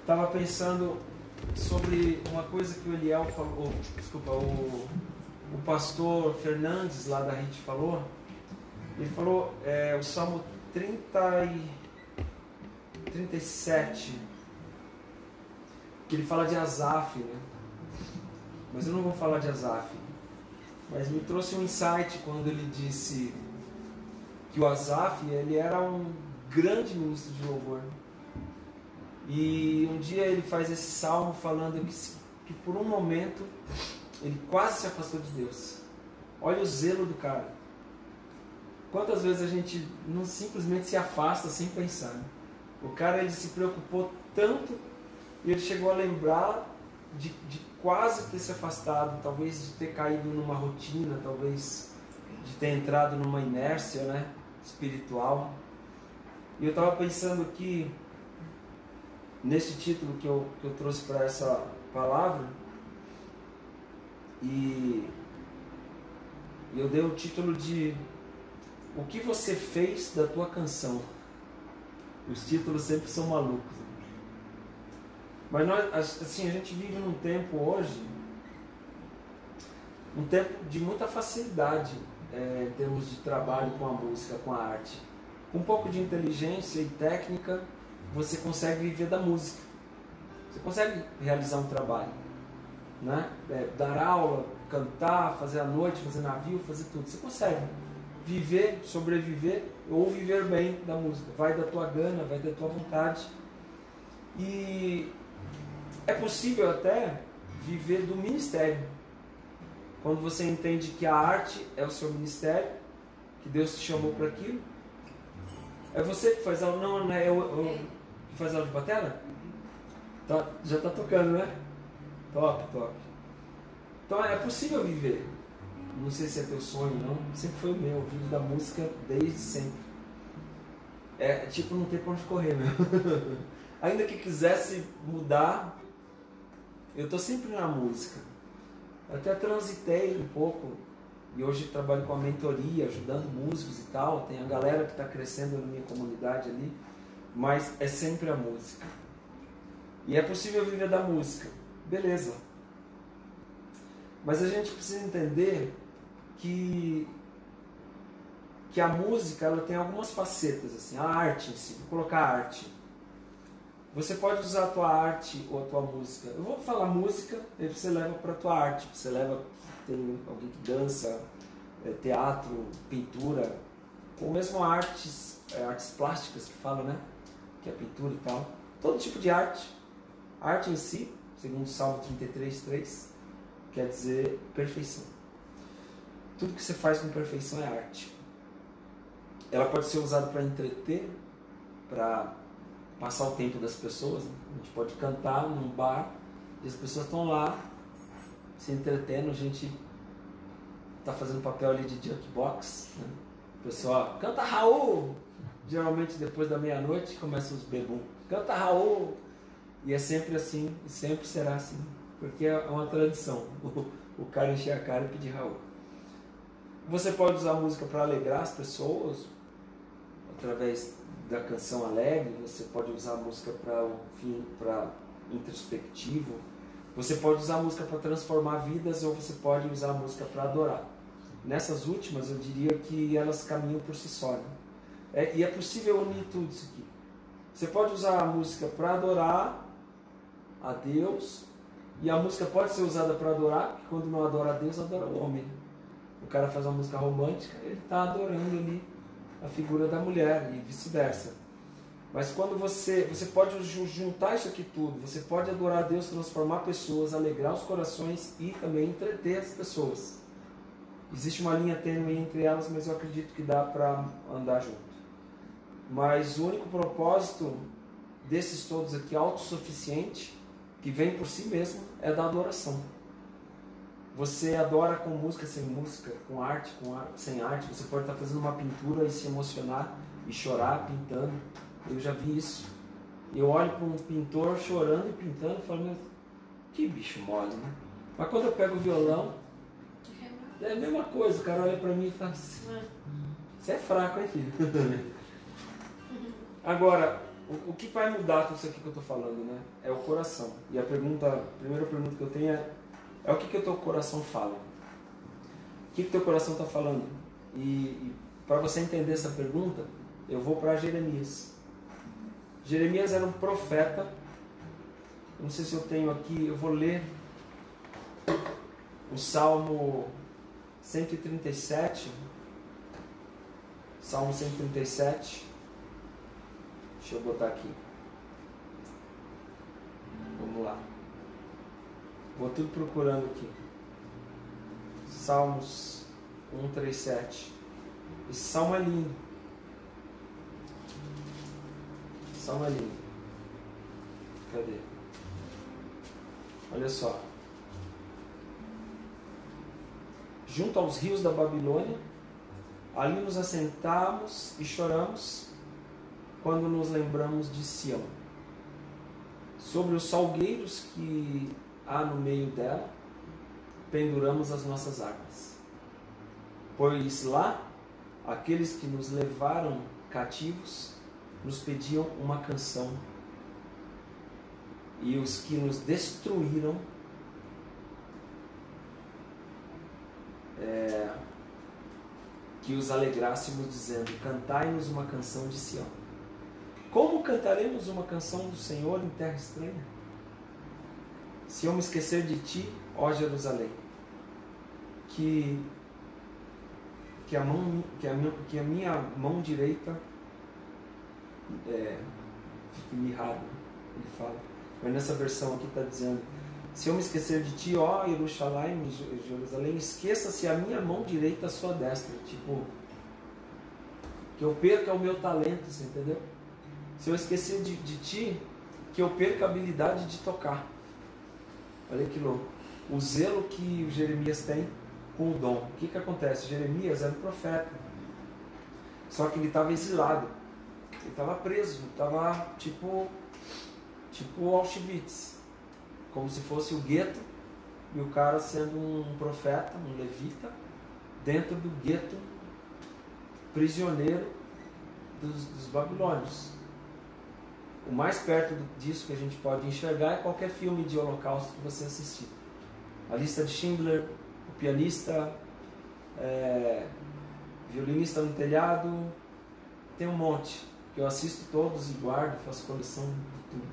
Estava pensando sobre uma coisa que o Eliel falou, desculpa, o pastor Fernandes lá da RIT falou. Ele falou o Salmo 37, que ele fala de Asaf, né? Mas eu não vou falar de Asaf. Mas me trouxe um insight quando ele disse que o Asaf, ele era um grande ministro de louvor. E um dia ele faz esse salmo falando que por um momento ele quase se afastou de Deus. Olha o zelo do cara. Quantas vezes a gente não simplesmente se afasta sem pensar, né? O cara, ele se preocupou tanto e ele chegou a lembrar de quase ter se afastado, talvez de ter caído numa rotina, talvez de ter entrado numa inércia, né, espiritual. E eu estava pensando que nesse título que eu trouxe para essa palavra, e eu dei o título de O que você fez da tua canção? Os títulos sempre são malucos. Mas nós, assim, a gente vive num tempo hoje, um tempo de muita facilidade em termos de trabalho com a música, com a arte. Com um pouco de inteligência e técnica, você consegue viver da música. Você consegue realizar um trabalho, né? Dar aula, cantar, fazer a noite, fazer navio, fazer tudo. Você consegue viver, sobreviver ou viver bem da música. Vai da tua gana, vai da tua vontade. E é possível até viver do ministério. Quando você entende que a arte é o seu ministério, que Deus te chamou para aquilo. É você que faz aula? Não é eu que faz aula de bateria? Tá, já está tocando, né? Top. Então é possível viver. Não sei se é teu sonho, não. Sempre foi o meu. Eu vivo da música desde sempre. É tipo não ter pra onde correr mesmo. Ainda que quisesse mudar, eu tô sempre na música. Até transitei um pouco. E hoje trabalho com a mentoria, ajudando músicos e tal. Tem a galera que está crescendo na minha comunidade ali. Mas é sempre a música. E é possível viver da música. Beleza. Mas a gente precisa entender que a música, ela tem algumas facetas, assim, a arte em si. Vou colocar arte. Você pode usar a tua arte ou a tua música. Eu vou falar música, aí você leva para a tua arte. Você leva, tem alguém que dança, teatro, pintura, ou mesmo artes plásticas que falam, né? Que é pintura e tal. Todo tipo de arte. A arte em si, segundo o Salmo 33:3, quer dizer perfeição. Tudo que você faz com perfeição é arte. Ela pode ser usada para entreter, para passar o tempo das pessoas, né? A gente pode cantar num bar e as pessoas estão lá se entretendo, a gente está fazendo papel ali de jukebox, né? O pessoal canta Raul, geralmente depois da meia-noite começam os bebum, canta Raul, e é sempre assim, e sempre será assim, porque é uma tradição, o cara encher a cara e pedir Raul. Você pode usar a música para alegrar as pessoas, através da canção alegre. Você pode usar a música para um fim, para introspectivo. Você pode usar a música para transformar vidas, ou você pode usar a música para adorar. Nessas últimas, eu diria que elas caminham por si só, né? E é possível unir tudo isso aqui. Você pode usar a música para adorar a Deus, e a música pode ser usada para adorar, porque quando não adora a Deus, adora o homem. O cara faz uma música romântica, ele está adorando ali a figura da mulher e vice-versa. Mas quando você pode juntar isso aqui tudo, você pode adorar a Deus, transformar pessoas, alegrar os corações e também entreter as pessoas. Existe uma linha tênue entre elas, mas eu acredito que dá para andar junto. Mas o único propósito desses todos aqui, autossuficiente, que vem por si mesmo, é da adoração. Você adora com música, sem música, com arte, sem arte. Você pode estar fazendo uma pintura e se emocionar e chorar pintando. Eu já vi isso. Eu olho para um pintor chorando e pintando e falo, que bicho mole, né? Mas quando eu pego o violão, é a mesma coisa. O cara olha para mim e fala assim, você é fraco, hein, filho? Agora, o que vai mudar tudo isso aqui que eu estou falando, né? É o coração. E a primeira pergunta que eu tenho é o que o teu coração fala? O que teu coração está falando? E para você entender essa pergunta, eu vou para Jeremias. Jeremias era um profeta. Eu não sei se eu tenho aqui, eu vou ler o Salmo 137. Salmo 137. Deixa eu botar aqui. Vamos lá. Vou tudo procurando aqui. Salmos 137. Esse salmo é lindo. Esse salmo é lindo. Cadê? Olha só. Junto aos rios da Babilônia, ali nos assentamos e choramos quando nos lembramos de Sião. Sobre os salgueiros que há no meio dela, penduramos as nossas armas. Pois lá, aqueles que nos levaram cativos nos pediam uma canção, e os que nos destruíram que os alegrássemos, dizendo: cantai-nos uma canção de Sião. Como cantaremos uma canção do Senhor em terra estranha? Se eu me esquecer de ti, ó Jerusalém, que a minha mão direita fique mirrada, ele fala. Mas nessa versão aqui está dizendo: se eu me esquecer de ti, ó Jerusalém, esqueça-se a minha mão direita, a sua destra. Tipo, que eu perca o meu talento, você entendeu? Se eu esquecer de ti, que eu perca a habilidade de tocar. Olha que louco. O zelo que o Jeremias tem com o dom. O que acontece? Jeremias era um profeta. Só que ele estava exilado. Ele estava preso. Ele estava tipo Auschwitz. Como se fosse o gueto. E o cara sendo um profeta, um levita, dentro do gueto, prisioneiro dos babilônios. O mais perto disso que a gente pode enxergar é qualquer filme de holocausto que você assistir. A Lista de Schindler, O Pianista, Violinista no Telhado, tem um monte, que eu assisto todos e guardo, faço coleção de tudo.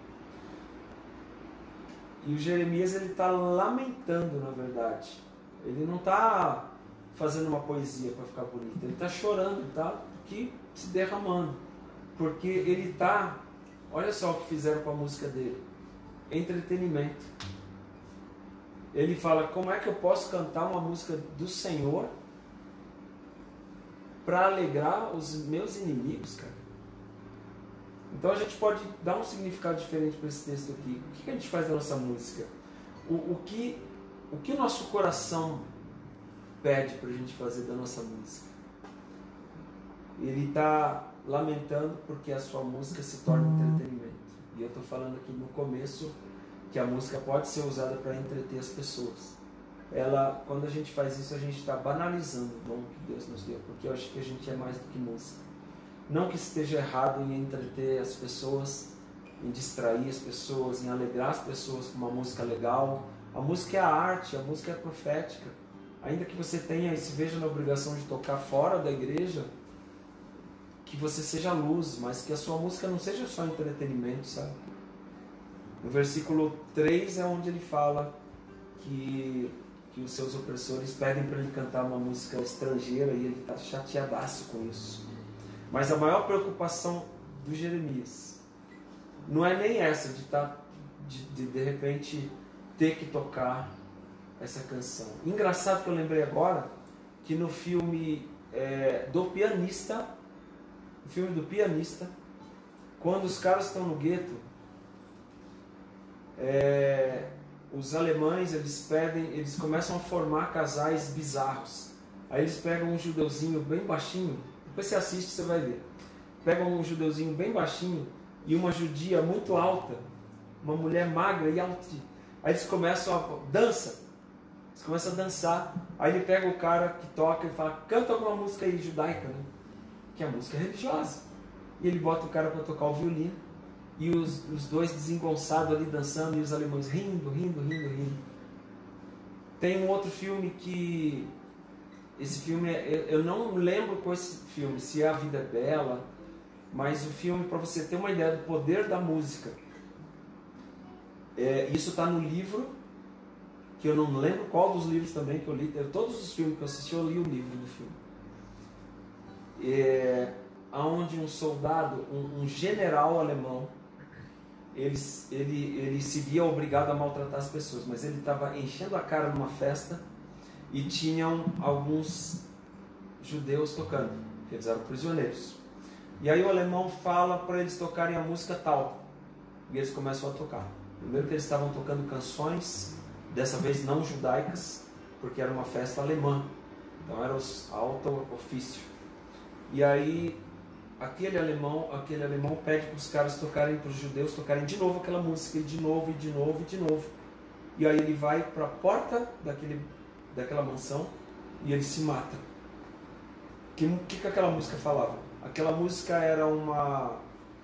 E o Jeremias, ele está lamentando, na verdade. Ele não está fazendo uma poesia para ficar bonito, ele está chorando, ele está aqui se derramando, porque ele está... Olha só o que fizeram com a música dele. Entretenimento. Ele fala: como é que eu posso cantar uma música do Senhor para alegrar os meus inimigos, cara? Então a gente pode dar um significado diferente para esse texto aqui. O que a gente faz da nossa música? O que o nosso coração pede para a gente fazer da nossa música? Ele está lamentando porque a sua música se torna entretenimento. E eu estou falando aqui no começo que a música pode ser usada para entreter as pessoas. Quando a gente faz isso, a gente está banalizando o dom que Deus nos deu, porque eu acho que a gente é mais do que música. Não que esteja errado em entreter as pessoas, em distrair as pessoas, em alegrar as pessoas com uma música legal. A música é a arte, a música é profética. Ainda que você tenha e se veja na obrigação de tocar fora da igreja, que você seja luz, mas que a sua música não seja só entretenimento, sabe? No versículo 3 é onde ele fala que os seus opressores pedem para ele cantar uma música estrangeira e ele está chateadaço com isso. Mas a maior preocupação do Jeremias não é nem essa de repente ter que tocar essa canção. Engraçado que eu lembrei agora que no filme do Pianista, o filme do Pianista, quando os caras estão no gueto, os alemães eles começam a formar casais bizarros. Aí eles pegam um judeuzinho bem baixinho, depois você assiste você vai ver. Pegam um judeuzinho bem baixinho e uma judia muito alta, uma mulher magra e alta. Aí eles começam a dançar. Aí ele pega o cara que toca e fala: canta alguma música aí judaica, né? Que é a música religiosa. E ele bota o cara para tocar o violino. e os dois desengonçados ali dançando e os alemães rindo. Tem um outro filme que... Esse filme, eu não lembro qual esse filme, se é A Vida é Bela, mas o filme, para você ter uma ideia do poder da música, isso está no livro, que eu não lembro qual dos livros também que eu li, todos os filmes que eu assisti, eu li o livro do filme. Onde um soldado, um general alemão, ele se via obrigado a maltratar as pessoas, mas ele estava enchendo a cara numa festa e tinham alguns judeus tocando, que eles eram prisioneiros. E aí o alemão fala para eles tocarem a música tal, e eles começam a tocar. Primeiro que eles estavam tocando canções, dessa vez não judaicas, porque era uma festa alemã, então era os alto ofício. E aí aquele alemão pede para os caras tocarem, para os judeus tocarem de novo aquela música, e de novo. E aí ele vai para a porta daquela mansão e ele se mata. Que aquela música falava? Aquela música era uma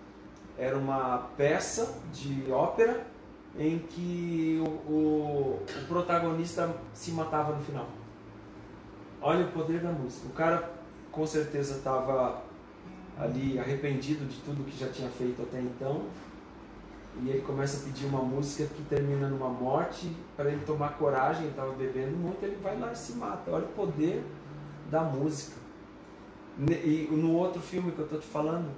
peça de ópera em que o protagonista se matava no final. Olha o poder da música. O cara com certeza estava ali arrependido de tudo que já tinha feito até então, e ele começa a pedir uma música que termina numa morte. Para ele tomar coragem, ele estava bebendo muito, ele vai lá e se mata. Olha o poder da música. E no outro filme que eu estou te falando,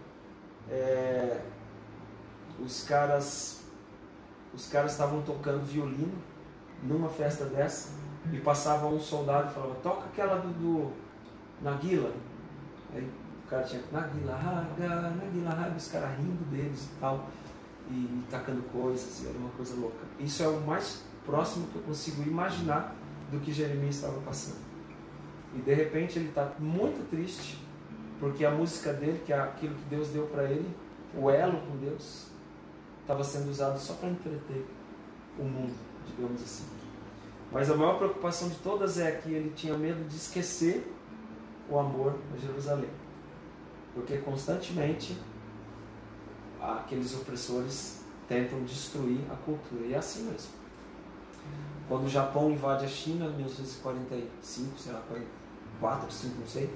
os caras estavam tocando violino numa festa dessa, e passava um soldado e falava: toca aquela do Naguila. Aí o cara tinha Naguila Haga, os caras rindo deles e tal, e tacando coisas, e era uma coisa louca. Isso é o mais próximo que eu consigo imaginar do que Jeremias estava passando. E de repente ele está muito triste, porque a música dele, que é aquilo que Deus deu para ele, o elo com Deus, estava sendo usado só para entreter o mundo, digamos assim. Mas a maior preocupação de todas é que ele tinha medo de esquecer o amor a Jerusalém, porque constantemente aqueles opressores tentam destruir a cultura, e é assim mesmo. Quando o Japão invade a China em 1945, sei lá, 44, 45, não sei,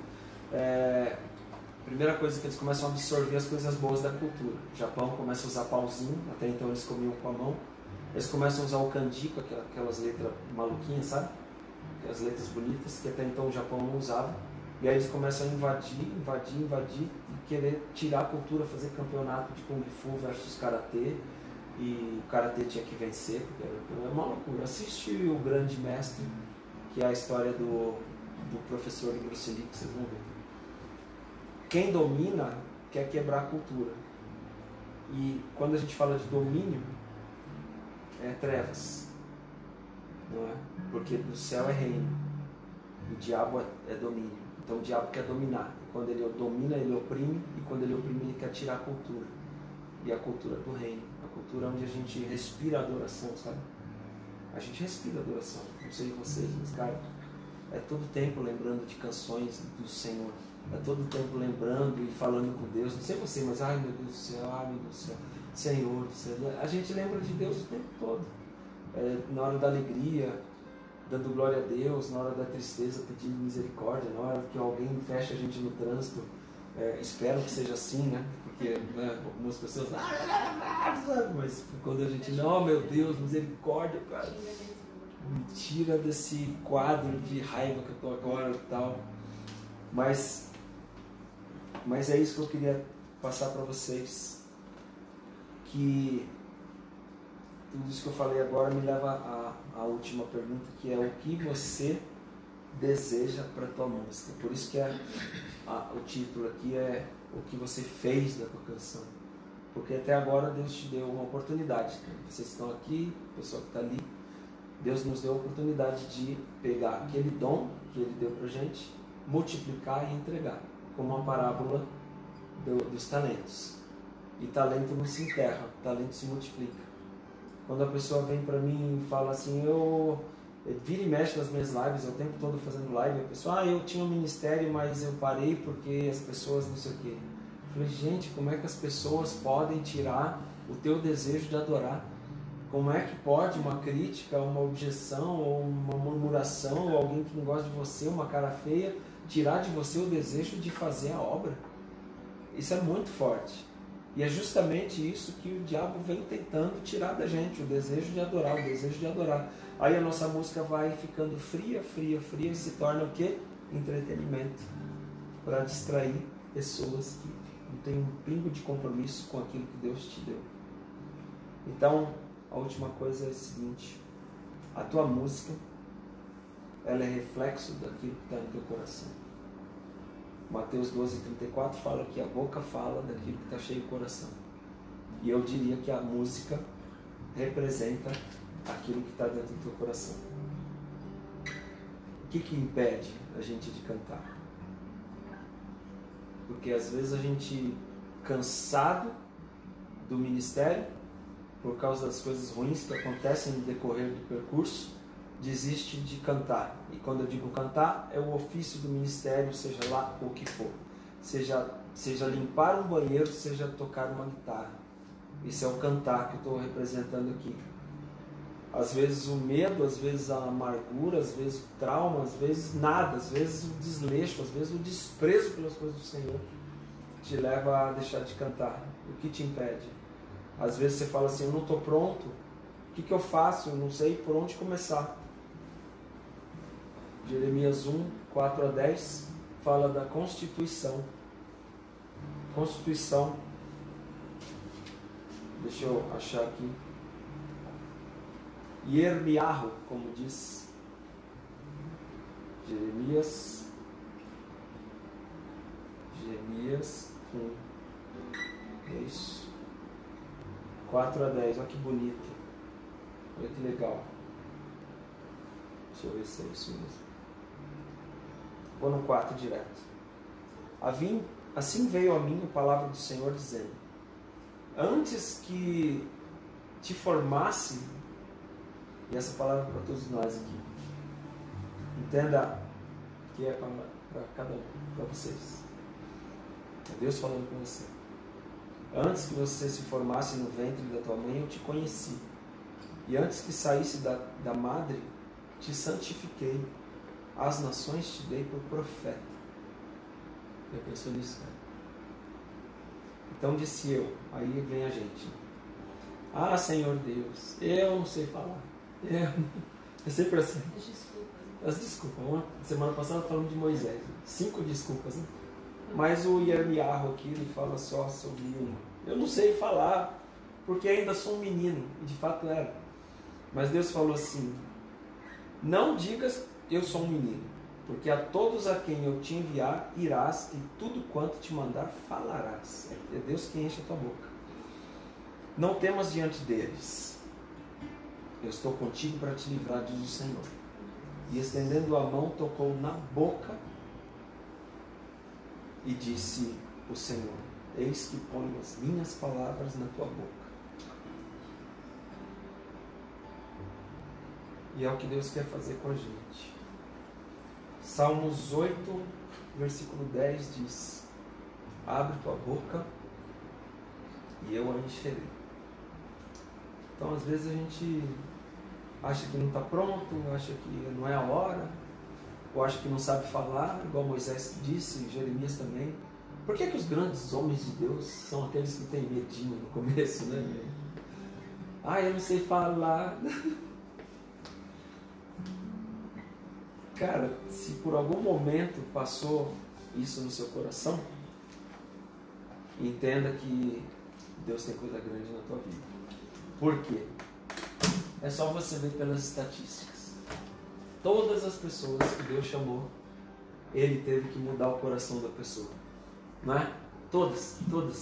a primeira coisa que eles começam a absorver as coisas boas da cultura. O Japão começa a usar pauzinho, até então eles comiam com a mão. Eles começam a usar o kanji, com aquelas letras maluquinhas, sabe? Aquelas letras bonitas, que até então o Japão não usava. E aí eles começam a invadir e querer tirar a cultura, fazer campeonato de Kung Fu versus Karatê. E o Karatê tinha que vencer, porque era uma loucura. Assiste o Grande Mestre, que é a história do professor de Bruce Lee, que vocês vão ver. Quem domina quer quebrar a cultura. E quando a gente fala de domínio, é trevas, não é? Porque do céu é reino, o diabo é domínio. Então o diabo quer dominar. E quando ele domina, ele oprime, e quando ele oprime, ele quer tirar a cultura. E a cultura do reino, a cultura onde a gente respira a adoração, sabe? A gente respira a adoração. Não sei vocês, mas cara, é todo tempo lembrando de canções do Senhor. É todo tempo lembrando e falando com Deus. Não sei você, mas ai meu Deus do céu, ai meu Deus do céu, Senhor, Senhor. A gente lembra de Deus o tempo todo. Na hora da alegria, dando glória a Deus, na hora da tristeza, pedindo misericórdia, na hora que alguém fecha a gente no trânsito. Espero que seja assim, né? Porque algumas pessoas, mas quando a gente, não, meu Deus, misericórdia, cara, me tira desse quadro de raiva que eu tô agora e tal. Mas é isso que eu queria passar para vocês, que tudo isso que eu falei agora me leva à última pergunta, que é: o que você deseja para a tua música? Por isso que o título aqui é o que você fez da tua canção, porque até agora Deus te deu uma oportunidade. Vocês estão aqui, o pessoal que está ali, Deus nos deu a oportunidade de pegar aquele dom que Ele deu para a gente, multiplicar e entregar, como uma parábola dos talentos. E talento não se enterra, talento se multiplica. Quando a pessoa vem para mim e fala assim, eu vira e mexe nas minhas lives, eu o tempo todo fazendo live, a pessoa, eu tinha um ministério, mas eu parei porque as pessoas não sei o quê. Eu falei, gente, como é que as pessoas podem tirar o teu desejo de adorar. Como é que pode uma crítica, uma objeção, ou uma murmuração, ou alguém que não gosta de você, uma cara feia, tirar de você o desejo de fazer a obra? Isso é muito forte. E é justamente isso que o diabo vem tentando tirar da gente, o desejo de adorar, o desejo de adorar. Aí a nossa música vai ficando fria, fria, fria e se torna o quê? Entretenimento. Para distrair pessoas que não têm um pingo de compromisso com aquilo que Deus te deu. Então, a última coisa é a seguinte: a tua música, ela é reflexo daquilo que está no teu coração. Mateus 12:34 fala que a boca fala daquilo que está cheio do coração. E eu diria que a música representa aquilo que está dentro do teu coração. O que impede a gente de cantar? Porque às vezes a gente, cansado do ministério, por causa das coisas ruins que acontecem no decorrer do percurso, desiste de cantar. E quando eu digo cantar, é o ofício do ministério, seja lá o que for. Seja limpar um banheiro, seja tocar uma guitarra. Isso é o cantar que eu estou representando aqui. Às vezes o medo, às vezes a amargura, às vezes o trauma, às vezes nada, às vezes o desleixo, às vezes o desprezo pelas coisas do Senhor te leva a deixar de cantar. O que te impede? Às vezes você fala assim: eu não estou pronto, o que eu faço? Eu não sei por onde começar. Jeremias 1:4-10 fala da constituição. Constituição. Deixa eu achar aqui. Yirmiyahu, como diz Jeremias 1. É isso. 4-10, olha que bonito. Olha que legal. Deixa eu ver se é isso mesmo. Vou no 4 direto. Assim veio a mim a palavra do Senhor dizendo: antes que te formasse, e essa palavra para todos nós aqui, entenda que é para cada um, para vocês. É Deus falando com você. Antes que você se formasse no ventre da tua mãe, eu te conheci. E antes que saísse da madre, te santifiquei. As nações te dei por profeta. Já pensou nisso, cara? Então disse eu, aí vem a gente: ah, Senhor Deus, eu não sei falar. É sempre assim. As desculpas. Semana passada falamos de Moisés. 5 desculpas, né? Mas o Yirmiyahu aqui, ele fala só sobre uma. Eu não sei falar, porque ainda sou um menino. E de fato era. Mas Deus falou assim: não digas eu sou um menino, porque a todos a quem eu te enviar irás, e tudo quanto te mandar falarás. É Deus que enche a tua boca. Não temas diante deles. Eu estou contigo para te livrar, diz o Senhor. E estendendo a mão, tocou na boca e disse o Senhor: eis que ponho as minhas palavras na tua boca. E é o que Deus quer fazer com a gente. Salmos 8, versículo 10 diz: abre tua boca e eu a encherei. Então às vezes a gente acha que não está pronto, acha que não é a hora, ou acha que não sabe falar, igual Moisés disse, Jeremias também. Por que os grandes homens de Deus são aqueles que têm medinho no começo, né? Ah, eu não sei falar. Cara, se por algum momento passou isso no seu coração, entenda que Deus tem coisa grande na tua vida. Por quê? É só você ver pelas estatísticas. Todas as pessoas que Deus chamou, Ele teve que mudar o coração da pessoa. Não é? Todas.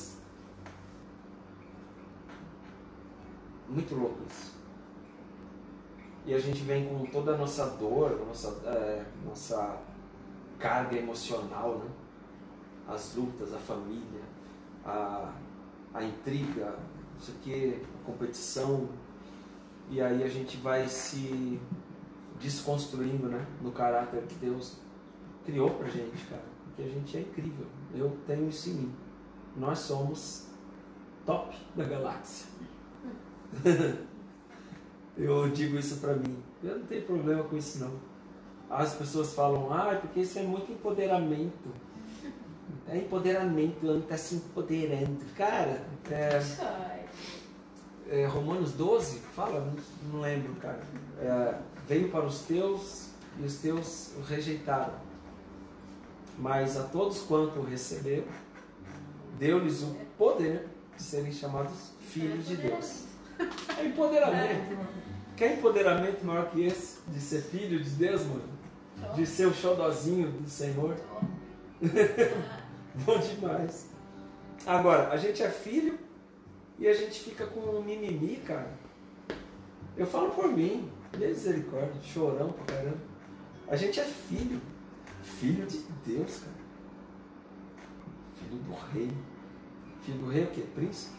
Muito louco isso. E a gente vem com toda a nossa dor, nossa carga emocional, né? As lutas, a família, a intriga, isso aqui, a competição. E aí a gente vai se desconstruindo, né? No caráter que Deus criou pra gente, cara. Porque a gente é incrível. Eu tenho isso em mim. Nós somos top da galáxia. Eu digo isso pra mim. Eu não tenho problema com isso, não. As pessoas falam, porque isso é muito empoderamento. É empoderamento, ela está se empoderando. Cara, Romanos 12, fala? Não lembro, cara. Veio para os teus e os teus o rejeitaram. Mas a todos quanto o receberam, deu-lhes o poder de serem chamados filhos de Deus. É empoderamento. Quer empoderamento maior que esse? De ser filho de Deus, mano? De ser o xodózinho do Senhor? Bom demais. Agora, a gente é filho e a gente fica com um mimimi, cara. Eu falo por mim, misericórdia, chorão pra caramba. A gente é filho. Filho de Deus, cara. Filho do rei. Filho do rei é o quê? Príncipe?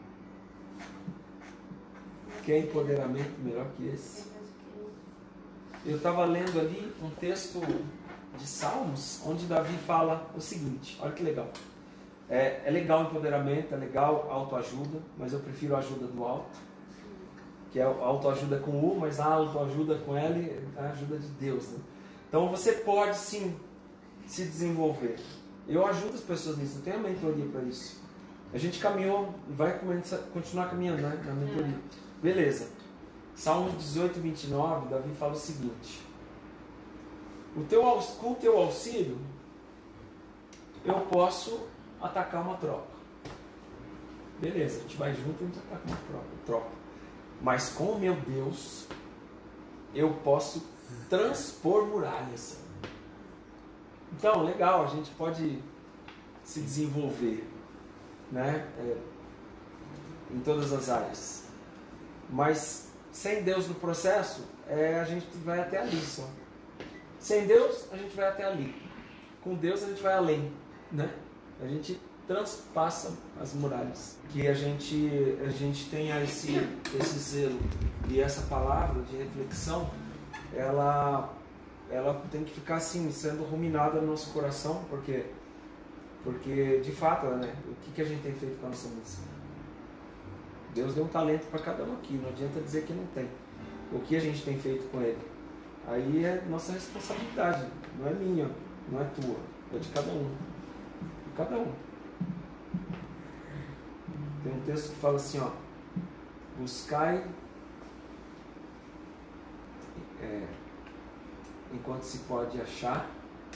Quer empoderamento melhor que esse? Eu estava lendo ali um texto de Salmos, onde Davi fala o seguinte, olha que legal. É legal empoderamento, é legal autoajuda, mas eu prefiro a ajuda do alto, que é a autoajuda com U, mas a autoajuda com L é a ajuda de Deus, né? Então você pode sim se desenvolver. Eu ajudo as pessoas nisso, eu tenho a mentoria para isso. A gente caminhou e vai continuar caminhando, né, na mentoria. Beleza. Salmos 18, 29, Davi fala o seguinte: com o teu auxílio, eu posso atacar uma tropa. Beleza, a gente vai junto e a gente ataca uma tropa. Mas com o meu Deus, eu posso transpor muralhas. Então, legal, a gente pode se desenvolver, né? Em todas as áreas. Mas sem Deus no processo, a gente vai até ali só. Sem Deus, a gente vai até ali. Com Deus, a gente vai além, né? A gente transpassa as muralhas. Que a gente tenha esse zelo e essa palavra de reflexão, ela tem que ficar assim, sendo ruminada no nosso coração, porque de fato, né? O que a gente tem feito com a nossa missão? Deus deu um talento para cada um aqui, não adianta dizer que não tem. O que a gente tem feito com ele? Aí é nossa responsabilidade, não é minha, não é tua, é de cada um. De cada um. Tem um texto que fala assim, ó: buscai enquanto se pode achar,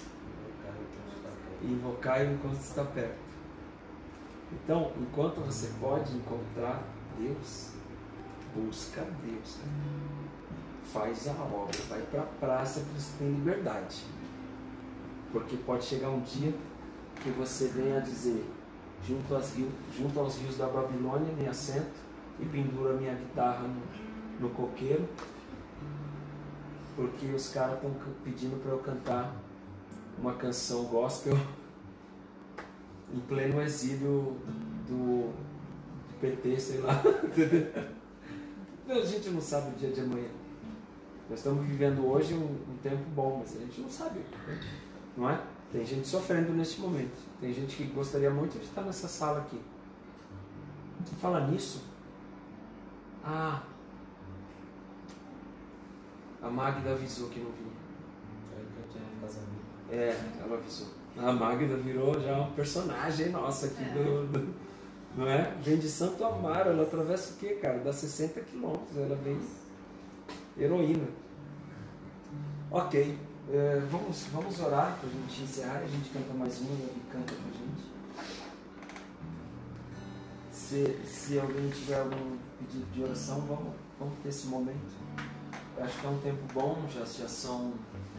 e invocai enquanto se está perto. Então, enquanto você pode encontrar Deus, busca Deus, faz a obra, vai para a praça que você tem liberdade, porque pode chegar um dia que você venha dizer: junto aos rios da Babilônia me assento e penduro a minha guitarra no coqueiro, porque os caras estão pedindo para eu cantar uma canção gospel em pleno exílio do PT, sei lá. A gente não sabe o dia de amanhã. Nós estamos vivendo hoje um tempo bom, mas a gente não sabe, não é? Tem gente sofrendo neste momento. Tem gente que gostaria muito de estar nessa sala aqui. Fala nisso. A Magda avisou que não vinha. Ela avisou. A Magda virou já um personagem nossa aqui não é? Vem de Santo Amaro, ela atravessa o quê, cara? Dá 60 quilômetros, ela vem heroína. Ok, vamos orar pra gente encerrar, a gente canta mais uma e canta pra gente. Se alguém tiver algum pedido de oração, vamos ter esse momento. Eu acho que é um tempo bom, já são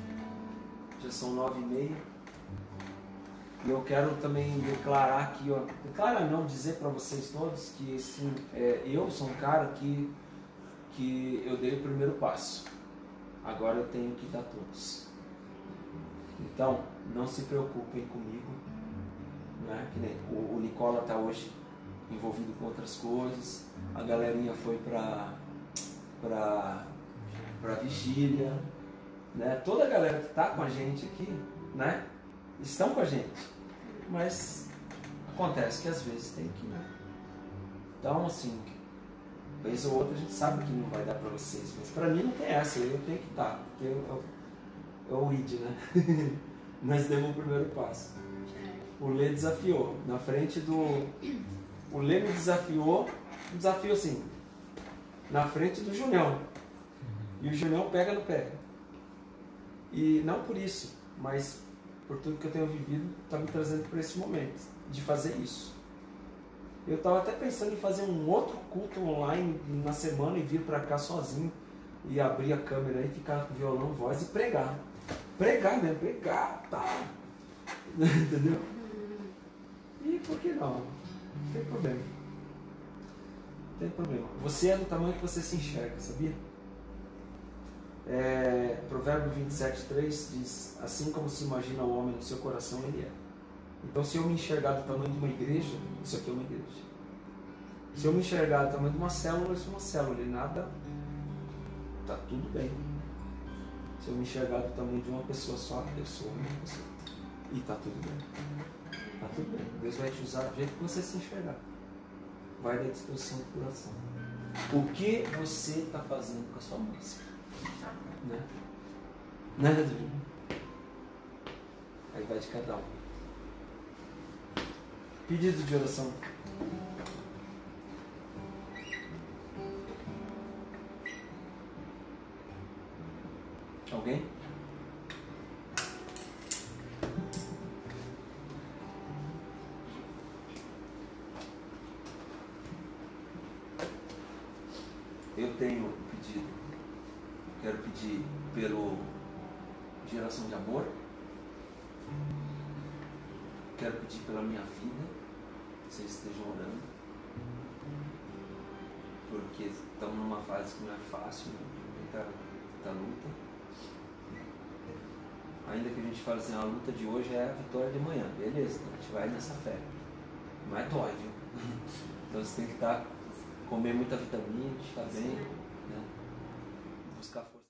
9h30. E eu quero também declarar aqui, dizer para vocês todos que sim, eu sou um cara que eu dei o primeiro passo. Agora eu tenho que dar todos. Então, não se preocupem comigo, né? Que nem o Nicola está hoje envolvido com outras coisas, a galerinha foi para vigília, né? Toda a galera que está com a gente aqui, né? Estão com a gente, mas acontece que às vezes tem que Então, assim, vez ou outra a gente sabe que não vai dar para vocês, mas para mim não tem essa, eu tenho que dar, porque é o id, né? Nós demos o primeiro passo. O Lê desafiou, na frente do... O Lê me desafiou, um desafio assim, na frente do Junião. E o Junião pega no pé. E não por isso, mas por tudo que eu tenho vivido, está me trazendo para esse momento, de fazer isso. Eu estava até pensando em fazer um outro culto online na semana e vir para cá sozinho e abrir a câmera e ficar com violão, voz e pregar. Pregar mesmo, pregar, tá? Entendeu? E por que não? Não tem problema. Não tem problema. Você é do tamanho que você se enxerga, sabia? Provérbio 27:3 diz: assim como se imagina o homem no seu coração, ele é. Então, se eu me enxergar do tamanho de uma igreja, isso aqui é uma igreja. Se eu me enxergar do tamanho de uma célula, isso é uma célula. E nada, tá tudo bem. Se eu me enxergar do tamanho de uma pessoa só, eu sou uma pessoa. E tá tudo bem. Tá tudo bem. Deus vai te usar do jeito que você se enxergar. Vai da disposição do coração. O que você está fazendo com a sua música? Né? Né, Rodrigo? Aí vai de cada um. Pedido de oração. Alguém? Eu tenho pedido. Quero pedir pelo geração de amor. Quero pedir pela minha filha. Vocês estejam orando. Porque estamos numa fase que não é fácil, né? Muita luta. Ainda que a gente fale assim, a luta de hoje é a vitória de amanhã. Beleza, a gente vai nessa fé. Mas dói, viu? Então você tem que comer muita vitamina, estar bem, né? Buscar força.